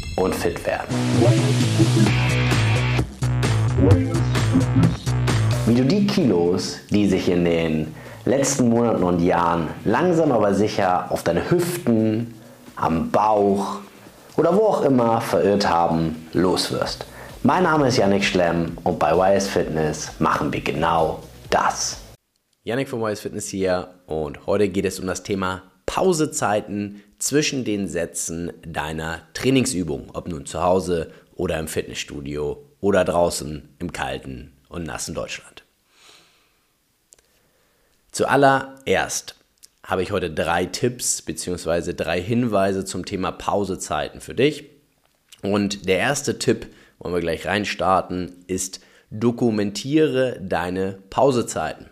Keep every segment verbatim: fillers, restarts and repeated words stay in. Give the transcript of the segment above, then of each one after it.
und fit werden. Wie du die Kilos, die sich in den letzten Monaten und Jahren langsam aber sicher auf deine Hüften, am Bauch oder wo auch immer verirrt haben, loswirst. Mein Name ist Yannick Schlemm und bei Y S Fitness machen wir genau das. Yannick von Y S Fitness hier und heute geht es um das Thema Pausezeiten zwischen den Sätzen deiner Trainingsübung, ob nun zu Hause oder im Fitnessstudio oder draußen im kalten und nassen Deutschland. Zuallererst habe ich heute drei Tipps bzw. drei Hinweise zum Thema Pausezeiten für dich. Und der erste Tipp, wollen wir gleich reinstarten, ist: Dokumentiere deine Pausezeiten.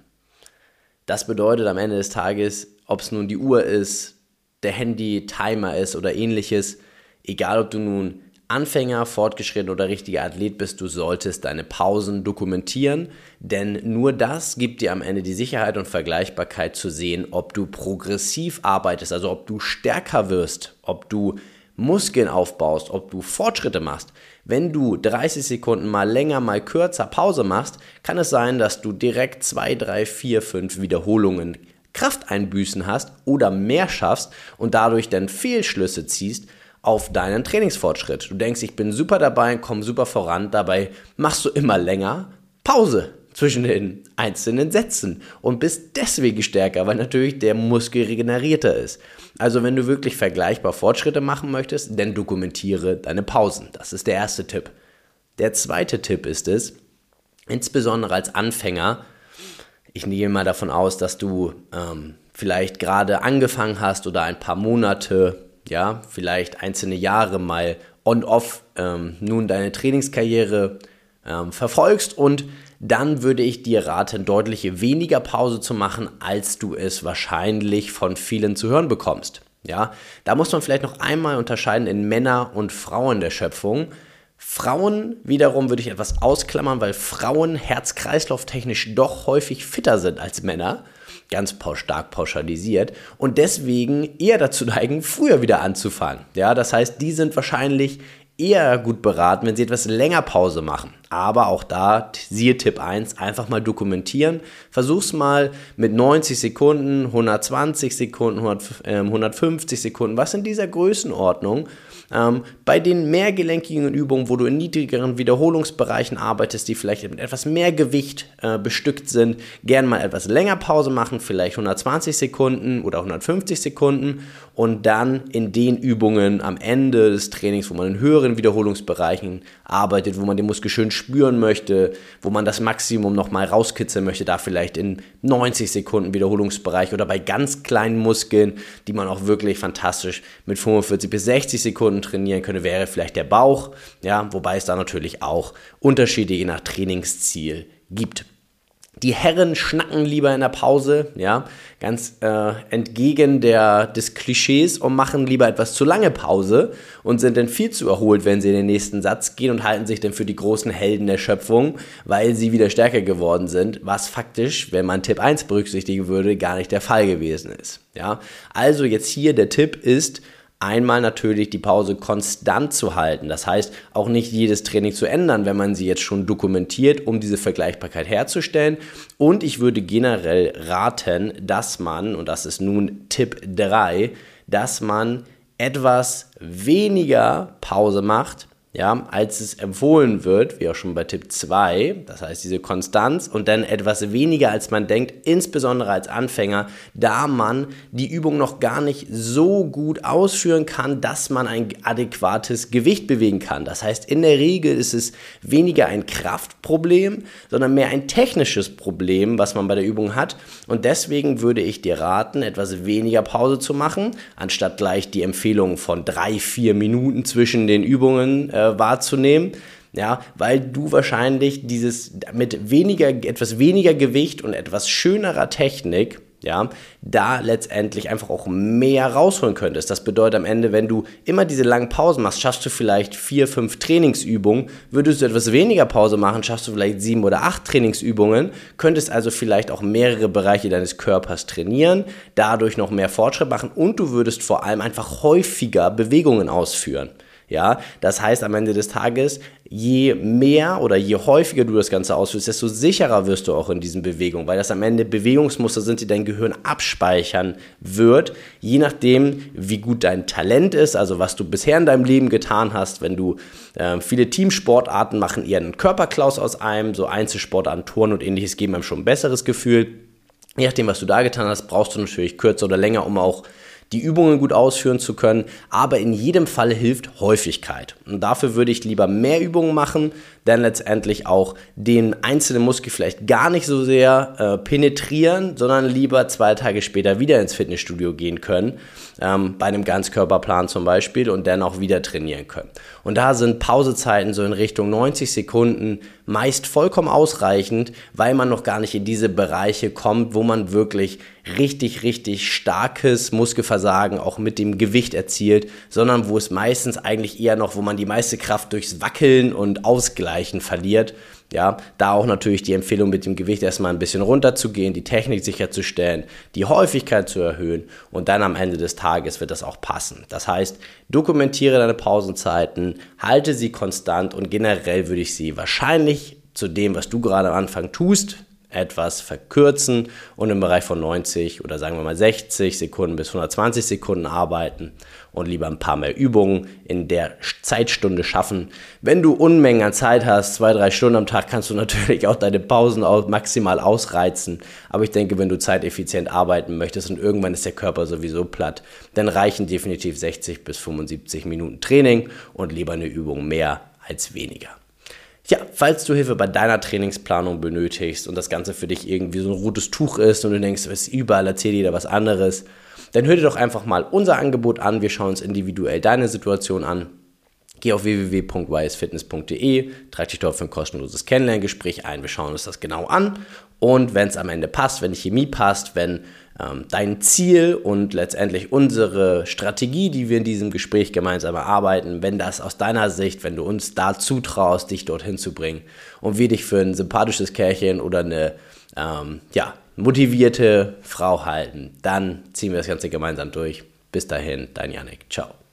Das bedeutet am Ende des Tages, ob es nun die Uhr ist, der Handy-Timer ist oder ähnliches, egal ob du nun Anfänger, fortgeschritten oder richtiger Athlet bist, du solltest deine Pausen dokumentieren, denn nur das gibt dir am Ende die Sicherheit und Vergleichbarkeit zu sehen, ob du progressiv arbeitest, also ob du stärker wirst, ob du Muskeln aufbaust, ob du Fortschritte machst. Wenn du dreißig Sekunden mal länger, mal kürzer Pause machst, kann es sein, dass du direkt zwei, drei, vier, fünf Wiederholungen Krafteinbüßen hast oder mehr schaffst und dadurch dann Fehlschlüsse ziehst auf deinen Trainingsfortschritt. Du denkst, ich bin super dabei, komme super voran, dabei machst du immer länger Pause zwischen den einzelnen Sätzen und bist deswegen stärker, weil natürlich der Muskel regenerierter ist. Also wenn du wirklich vergleichbar Fortschritte machen möchtest, dann dokumentiere deine Pausen. Das ist der erste Tipp. Der zweite Tipp ist es, insbesondere als Anfänger, ich nehme mal davon aus, dass du ähm, vielleicht gerade angefangen hast oder ein paar Monate, ja, vielleicht einzelne Jahre mal on-off ähm, nun deine Trainingskarriere ähm, verfolgst, und dann würde ich dir raten, deutlich weniger Pause zu machen, als du es wahrscheinlich von vielen zu hören bekommst. Ja, da muss man vielleicht noch einmal unterscheiden in Männer und Frauen der Schöpfung. Frauen wiederum würde ich etwas ausklammern, weil Frauen herz-kreislauf-technisch doch häufig fitter sind als Männer, ganz stark pauschalisiert, und deswegen eher dazu neigen, früher wieder anzufangen. Ja, das heißt, die sind wahrscheinlich eher gut beraten, wenn sie etwas länger Pause machen. Aber auch da, siehe Tipp eins, einfach mal dokumentieren. Versuch's mal mit neunzig Sekunden, hundertzwanzig Sekunden, hundertfünfzig Sekunden, was in dieser Größenordnung. Ähm, bei den mehrgelenkigen Übungen, wo du in niedrigeren Wiederholungsbereichen arbeitest, die vielleicht mit etwas mehr Gewicht äh, bestückt sind, gern mal etwas länger Pause machen, vielleicht hundertzwanzig Sekunden oder hundertfünfzig Sekunden, und dann in den Übungen am Ende des Trainings, wo man in höheren Wiederholungsbereichen arbeitet, wo man den Muskel schön spüren möchte, wo man das Maximum nochmal rauskitzeln möchte, da vielleicht in neunzig Sekunden Wiederholungsbereich oder bei ganz kleinen Muskeln, die man auch wirklich fantastisch mit fünfundvierzig bis sechzig Sekunden trainieren könnte, wäre vielleicht der Bauch, ja, wobei es da natürlich auch Unterschiede je nach Trainingsziel gibt. Die Herren schnacken lieber in der Pause, ja, ganz äh, entgegen der, des Klischees, und machen lieber etwas zu lange Pause und sind dann viel zu erholt, wenn sie in den nächsten Satz gehen, und halten sich dann für die großen Helden der Schöpfung, weil sie wieder stärker geworden sind, was faktisch, wenn man Tipp eins berücksichtigen würde, gar nicht der Fall gewesen ist. Ja, also jetzt hier der Tipp ist, einmal natürlich die Pause konstant zu halten. Das heißt, auch nicht jedes Training zu ändern, wenn man sie jetzt schon dokumentiert, um diese Vergleichbarkeit herzustellen. Und ich würde generell raten, dass man, und das ist nun Tipp drei, dass man etwas weniger Pause macht, ja, als es empfohlen wird, wie auch schon bei Tipp zwei, das heißt diese Konstanz, und dann etwas weniger als man denkt, insbesondere als Anfänger, da man die Übung noch gar nicht so gut ausführen kann, dass man ein adäquates Gewicht bewegen kann. Das heißt, in der Regel ist es weniger ein Kraftproblem, sondern mehr ein technisches Problem, was man bei der Übung hat, und deswegen würde ich dir raten, etwas weniger Pause zu machen, anstatt gleich die Empfehlung von drei, vier Minuten zwischen den Übungen äh, wahrzunehmen, ja, weil du wahrscheinlich dieses mit weniger, etwas weniger Gewicht und etwas schönerer Technik, ja, da letztendlich einfach auch mehr rausholen könntest. Das bedeutet am Ende, wenn du immer diese langen Pausen machst, schaffst du vielleicht vier, fünf Trainingsübungen. Würdest du etwas weniger Pause machen, schaffst du vielleicht sieben oder acht Trainingsübungen, könntest also vielleicht auch mehrere Bereiche deines Körpers trainieren, dadurch noch mehr Fortschritt machen, und du würdest vor allem einfach häufiger Bewegungen ausführen. Ja, das heißt am Ende des Tages, je mehr oder je häufiger du das Ganze ausführst, desto sicherer wirst du auch in diesen Bewegungen, weil das am Ende Bewegungsmuster sind, die dein Gehirn abspeichern wird, je nachdem, wie gut dein Talent ist, also was du bisher in deinem Leben getan hast. Wenn du äh, viele Teamsportarten machen eher einen Körperklaus aus einem, so Einzelsportarten, Turnen und ähnliches geben einem schon ein besseres Gefühl. Je nachdem, was du da getan hast, brauchst du natürlich kürzer oder länger, um auch die Übungen gut ausführen zu können, aber in jedem Fall hilft Häufigkeit. Und dafür würde ich lieber mehr Übungen machen, denn letztendlich auch den einzelnen Muskel vielleicht gar nicht so sehr äh, penetrieren, sondern lieber zwei Tage später wieder ins Fitnessstudio gehen können, ähm, bei einem Ganzkörperplan zum Beispiel, und dann auch wieder trainieren können. Und da sind Pausezeiten so in Richtung neunzig Sekunden meist vollkommen ausreichend, weil man noch gar nicht in diese Bereiche kommt, wo man wirklich richtig, richtig starkes Muskelversagen auch mit dem Gewicht erzielt, sondern wo es meistens eigentlich eher noch, wo man die meiste Kraft durchs Wackeln und Ausgleichen verliert. Ja, da auch natürlich die Empfehlung, mit dem Gewicht erstmal ein bisschen runterzugehen, die Technik sicherzustellen, die Häufigkeit zu erhöhen, und dann am Ende des Tages wird das auch passen. Das heißt, dokumentiere deine Pausenzeiten, halte sie konstant und generell würde ich sie wahrscheinlich zu dem, was du gerade am Anfang tust, etwas verkürzen und im Bereich von neunzig oder sagen wir mal sechzig Sekunden bis hundertzwanzig Sekunden arbeiten und lieber ein paar mehr Übungen in der Zeitstunde schaffen. Wenn du Unmengen an Zeit hast, zwei, drei Stunden am Tag, kannst du natürlich auch deine Pausen maximal ausreizen. Aber ich denke, wenn du zeiteffizient arbeiten möchtest und irgendwann ist der Körper sowieso platt, dann reichen definitiv sechzig bis fünfundsiebzig Minuten Training und lieber eine Übung mehr als weniger. Ja, falls du Hilfe bei deiner Trainingsplanung benötigst und das Ganze für dich irgendwie so ein rotes Tuch ist und du denkst, es ist überall, erzähl dir da was anderes, dann hör dir doch einfach mal unser Angebot an. Wir schauen uns individuell deine Situation an. Geh auf w w w punkt y s fitness punkt d e, trag dich dort für ein kostenloses Kennenlerngespräch ein. Wir schauen uns das genau an und wenn es am Ende passt, wenn die Chemie passt, wenn ähm, dein Ziel und letztendlich unsere Strategie, die wir in diesem Gespräch gemeinsam erarbeiten, wenn das aus deiner Sicht, wenn du uns da zutraust, dich dorthin zu bringen und wir dich für ein sympathisches Kerlchen oder eine ähm, ja, motivierte Frau halten, dann ziehen wir das Ganze gemeinsam durch. Bis dahin, dein Yannick. Ciao.